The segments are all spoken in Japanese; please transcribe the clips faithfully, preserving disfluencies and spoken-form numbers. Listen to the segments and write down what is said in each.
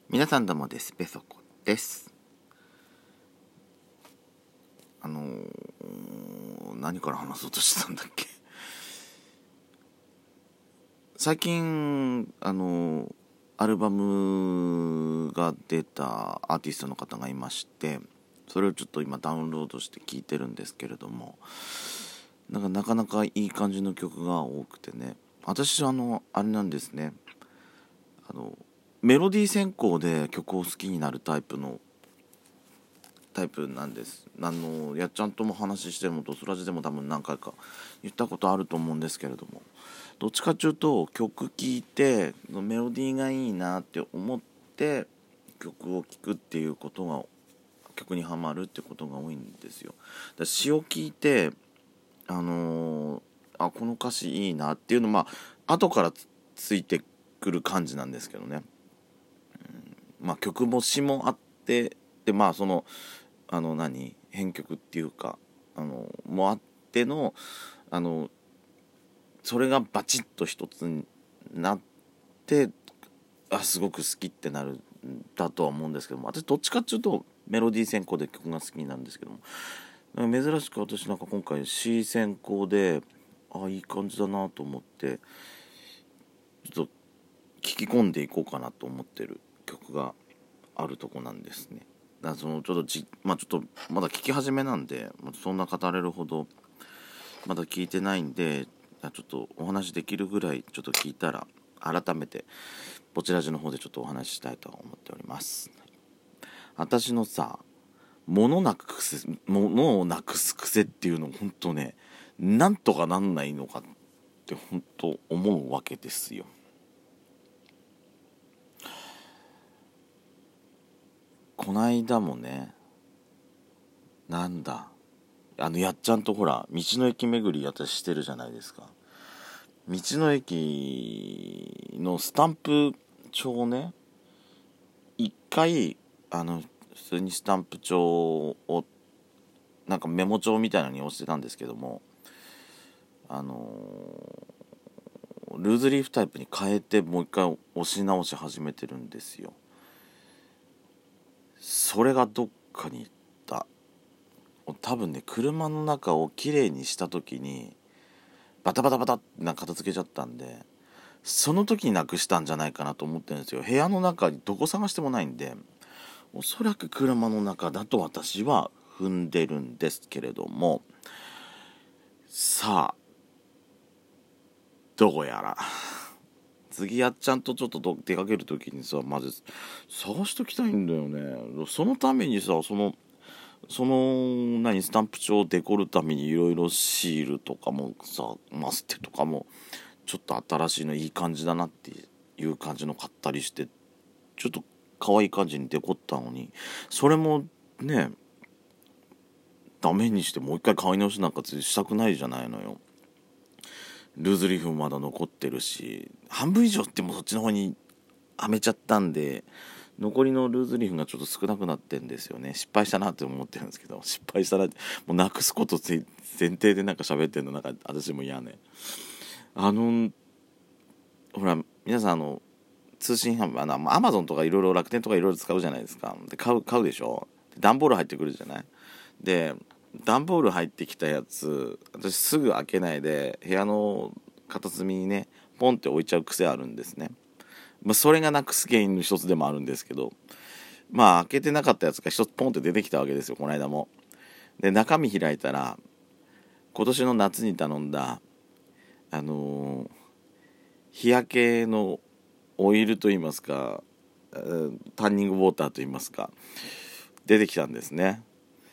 皆さんどうもです。ペソコです。あのー、何から話そうとしてたんだっけ。最近あのー、アルバムが出たアーティストの方がいまして、それをちょっと今ダウンロードして聴いてるんですけれども、なんかなかなかいい感じの曲が多くてね、私あのあれなんですね、あのメロディー先行で曲を好きになるタイプのタイプなんです。あのやっちゃんとも話してるのとそらじでも多分何回か言ったことあると思うんですけれども、どっちかっていうと曲聴いてメロディーがいいなって思って曲を聴くっていうことが、曲にはまるってことが多いんですよ。だ詩を聴いてあのー、あこの歌詞いいなっていうのまあ後から つ, ついてくる感じなんですけどね、うん、まあ曲も詩もあってでまあそのあの何編曲っていうかあのもあってのあのそれがバチッと一つになってあすごく好きってなるんだとは思うんですけども、私どっちかっていうとメロディー先行で曲が好きになるんですけども、珍しく私なんか今回 C 先行であいい感じだなと思ってちょっと聞き込んでいこうかなと思ってる曲があるとこなんですね。だからそのちょっとじまあちょっとまだ聞き始めなんでそんな語れるほどまだ聞いてないんで、ちょっとお話できるぐらいちょっと聞いたら改めてこちらじの方でちょっとお話ししたいと思っております。私のさ物なくす物をなくす癖っていうのを本当ねなんとかなんないのかって本当思うわけですよ。こないだもねなんだあのやっちゃんとほら道の駅巡り私してるじゃないですか。道の駅のスタンプ帳をね一回あの普通にスタンプ帳をなんかメモ帳みたいなのに押してたんですけども、あのー、ルーズリーフタイプに変えてもう一回押し直し始めてるんですよ。それがどっかに行った。多分ね車の中をきれいにした時にバタバタバタってなんか片付けちゃったんで、その時になくしたんじゃないかなと思ってるんですよ。部屋の中にどこ探してもないんで、おそらく車の中だと私は踏んでるんですけれども、さあどうやら次やっちゃんとちょっと出かける時にさまず探しときたいんだよね。そのためにさそのその何スタンプ帳をデコるためにいろいろシールとかもさマステとかもちょっと新しいのいい感じだなっていう感じの買ったりしてちょっと可愛い感じにデコったのに、それもねダメにしてもう一回買い直しなんかしたくないじゃないのよ。ルーズリーフもまだ残ってるし半分以上ってもうそっちの方にはめちゃったんで残りのルーズリーフがちょっと少なくなってんですよね。失敗したなって思ってるんですけど、失敗したらもうなくすこと前提でなんか喋ってんのなんか私も嫌ね。あのほら皆さんあの通信販売あのアマゾンとかいろいろ楽天とかいろいろ使うじゃないですか。で買う買うでしょ。段ボール入ってくるじゃない。で段ボール入ってきたやつ私すぐ開けないで部屋の片隅にねポンって置いちゃう癖あるんですね。まあ、それがなくす原因の一つでもあるんですけど、まあ開けてなかったやつが一つポンって出てきたわけですよこの間も。で中身開いたら今年の夏に頼んだあのー、日焼けのオイルといいますかタンニングウォーターといいますか出てきたんですね。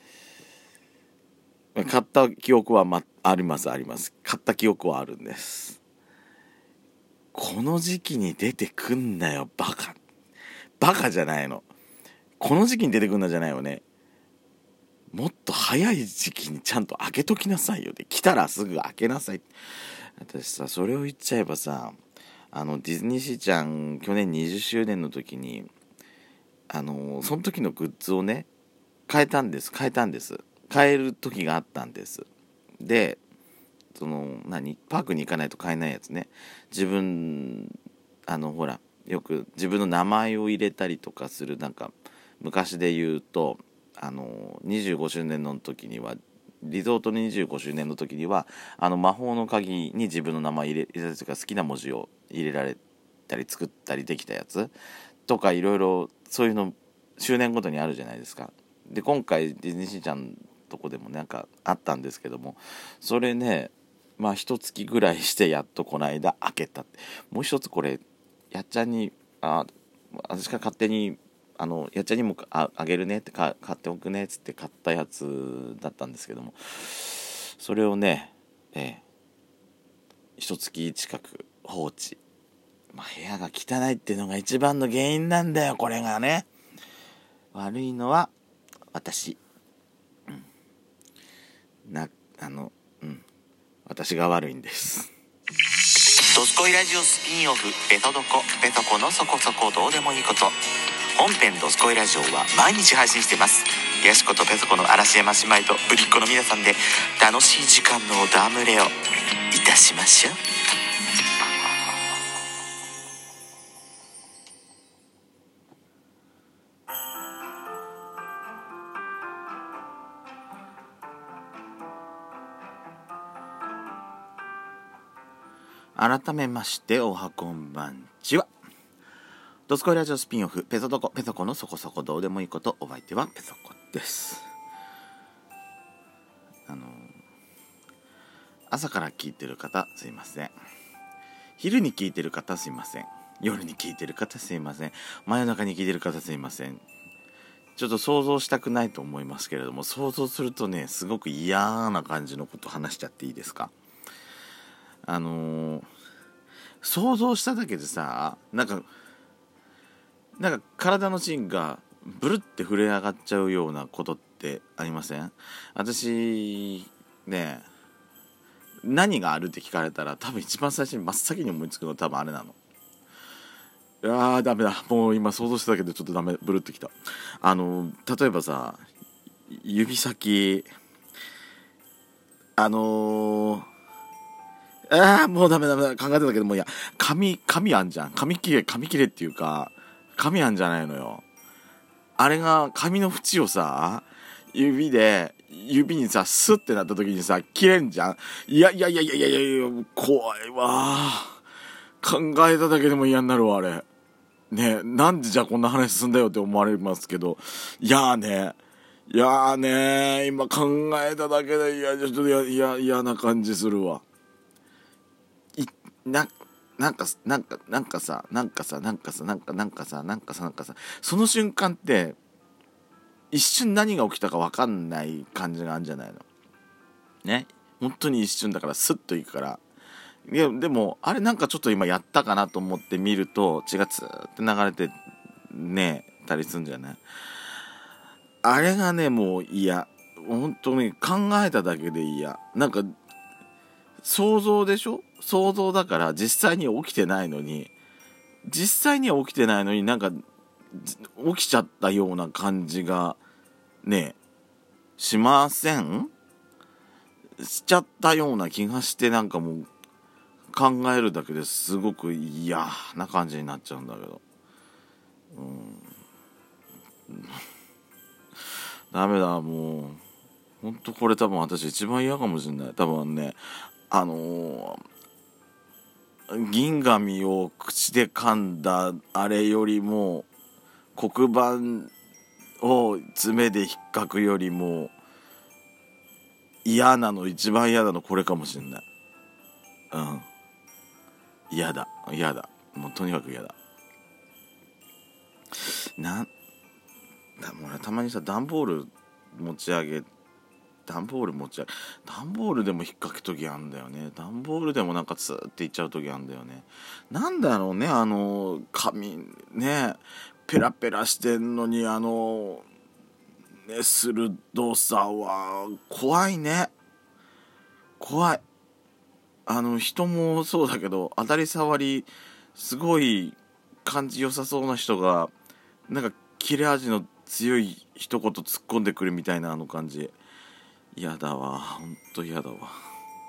買った記憶は、ま、ありますあります買った記憶はあるんです。この時期に出てくんなよバカバカじゃないの。この時期に出てくんなじゃないよね。もっと早い時期にちゃんと開けときなさいよ。で来たらすぐ開けなさい。私さそれを言っちゃえばさあのディズニーシーちゃん去年にじゅっしゅうねんの時にあのその時のグッズをね変えたんです変えたんです変える時があったんです。でその何パークに行かないと買えないやつね、自分あのほらよく自分の名前を入れたりとかする、なんか昔で言うとあのにじゅうごしゅうねんの時にはリゾートのにじゅうごしゅうねんの時にはあの魔法の鍵に自分の名前入れ入れたりとか好きな文字を入れられたり作ったりできたやつとかいろいろそういうの周年ごとにあるじゃないですか。で今回ディズニーシーちゃんとこでもなんかあったんですけども、それねまあ一月ぐらいしてやっとこの間開けた。もう一つこれやっちゃんにあ私が勝手にあのやっちゃんにも あ, あげるねってか買っておくねっつって買ったやつだったんですけども、それをねええ一月近く放置、まあ、部屋が汚いっていうのが一番の原因なんだよ。これがね悪いのは私、うん、なあのうん私が悪いんです。 ドスコイラジオスピンオフペソドコペソコのそこそこどうでもいいこと。本編ドスコイラジオは毎日配信してます。ヤシコとペソコの嵐山姉妹とぶりっ子の皆さんで楽しい時間のおだむれをいたしましょう。 改めましておはこんばんちは。ドスコイラジオスピンオフペソドコペソコのそこそこどうでもいいこと。お相手はペソコです。あの朝から聞いてる方すいません、昼に聞いてる方すいません、夜に聞いてる方すいません、真夜中に聞いてる方すいません。ちょっと想像したくないと思いますけれども、想像するとねすごく嫌な感じのこと話しちゃっていいですか。あのー、想像しただけでさ、なんかなんか体の芯がブルって震え上がっちゃうようなことってありません？私ね何があるって聞かれたら多分一番最初に真っ先に思いつくのは多分あれなの。いやーダメだ、もう今想像しただけでちょっとダメ、ブルってきた。あの例えばさ指先あのーああもうダメダメだ、考えてたけどもういや髪髪あんじゃん、髪切れ髪切れっていうか髪あんじゃないのよ。あれが髪の縁をさ指で指にさスッてなった時にさ切れんじゃん。いやいやいやいやいやいや怖いわ、考えただけでも嫌になるわあれね。なんでじゃあこんな話進んだよって思われますけど、いやーねいやーね今考えただけでいやちょっと嫌嫌嫌な感じするわ。いななんかなんかなんかさなんかさなんかさなんかなんかさなんかさなんかさその瞬間って一瞬何が起きたか分かんない感じがあるんじゃないのね。本当に一瞬だからスッといくから。いやでもあれなんかちょっと今やったかなと思って見ると血がツーって流れてねたりするんじゃない。あれがねもう嫌、本当に考えただけで嫌。なんか想像でしょ、想像だから実際には起きてないのに実際には起きてないのになんか起きちゃったような感じがねしません？しちゃったような気がして、なんかもう考えるだけですごく嫌な感じになっちゃうんだけど、うんダメだもうほんとこれ多分私一番嫌かもしれない。多分ねあのー、銀紙を口で噛んだあれよりも黒板を爪で引っかくよりも嫌なの、一番嫌なのこれかもしれない。うん嫌だ嫌だ、もうとにかく嫌だ。なんだもう俺たまにさ段ボール持ち上げ段ボール持ち上げ段ボールでも引っかく時あるんだよね。段ボールでもなんかツーっていっちゃう時あるんだよね。なんだろうねあの紙ねペラペラしてんのにあのね鋭さは怖いね、怖い。あの人もそうだけど当たり障りすごい感じ良さそうな人がなんか切れ味の強い一言突っ込んでくるみたいなあの感じ嫌だわ、ほんと嫌だわ。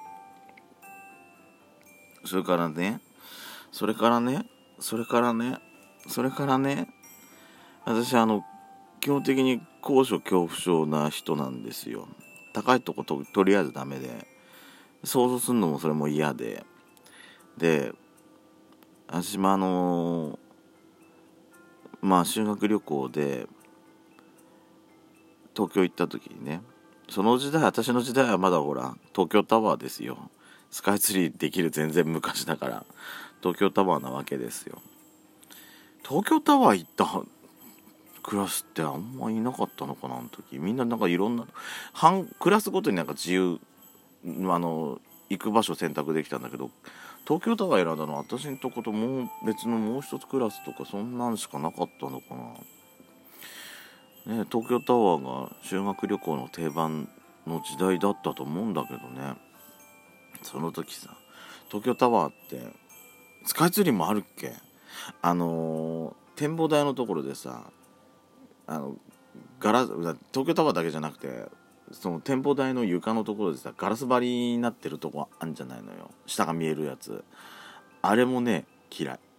それからねそれからねそれからねそれからね、私あの基本的に高所恐怖症な人なんですよ。高いとこと とりあえずダメで、想像するのもそれも嫌で、で私もあのまあ修学旅行で東京行った時にね、その時代、私の時代はまだほら東京タワーですよ。スカイツリーできる全然昔だから東京タワーなわけですよ。東京タワー行ったクラスってあんまいなかったのかな、あの時。みんななんかいろんな半クラスごとになんか自由あの行く場所選択できたんだけど、東京タワー選んだのは私のとこともう別のもう一つクラスとかそんなんしかなかったのかな、ね、東京タワーが修学旅行の定番の時代だったと思うんだけどね。その時さ、東京タワーってスカイツリーもあるっけ。あのー、展望台のところでさ、あのガラス東京タワーだけじゃなくて、その展望台の床のところでさ、ガラス張りになってるとこあんじゃないのよ、下が見えるやつ。あれもね嫌い。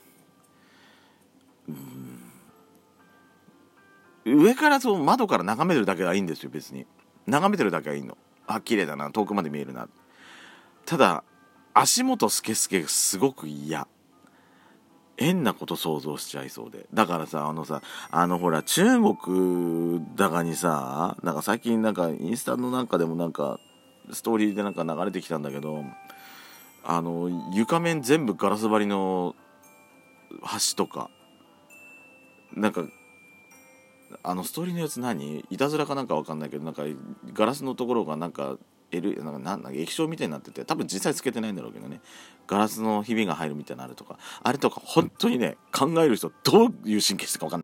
うん、上からそう窓から眺めてるだけはいいんですよ。別に眺めてるだけはいいの。あ、綺麗だな、遠くまで見えるな。ただ足元スケスケすごく嫌。変なこと想像しちゃいそうで。だからさ、あのさ、あのほら中国だかにさ、なんか最近なんかインスタのなんかでもなんかストーリーでなんか流れてきたんだけど、あの床面全部ガラス張りの橋とか、なんかあのストーリーのやつ何、いたずらかなんかわかんないけど、なんかガラスのところがなんかL なんかなんなんか液晶みたいになってて、多分実際つけてないんだろうけどね、ガラスのひびが入るみたいなのあるとか、あれとか本当にね、考える人どういう神経してるか分かんない。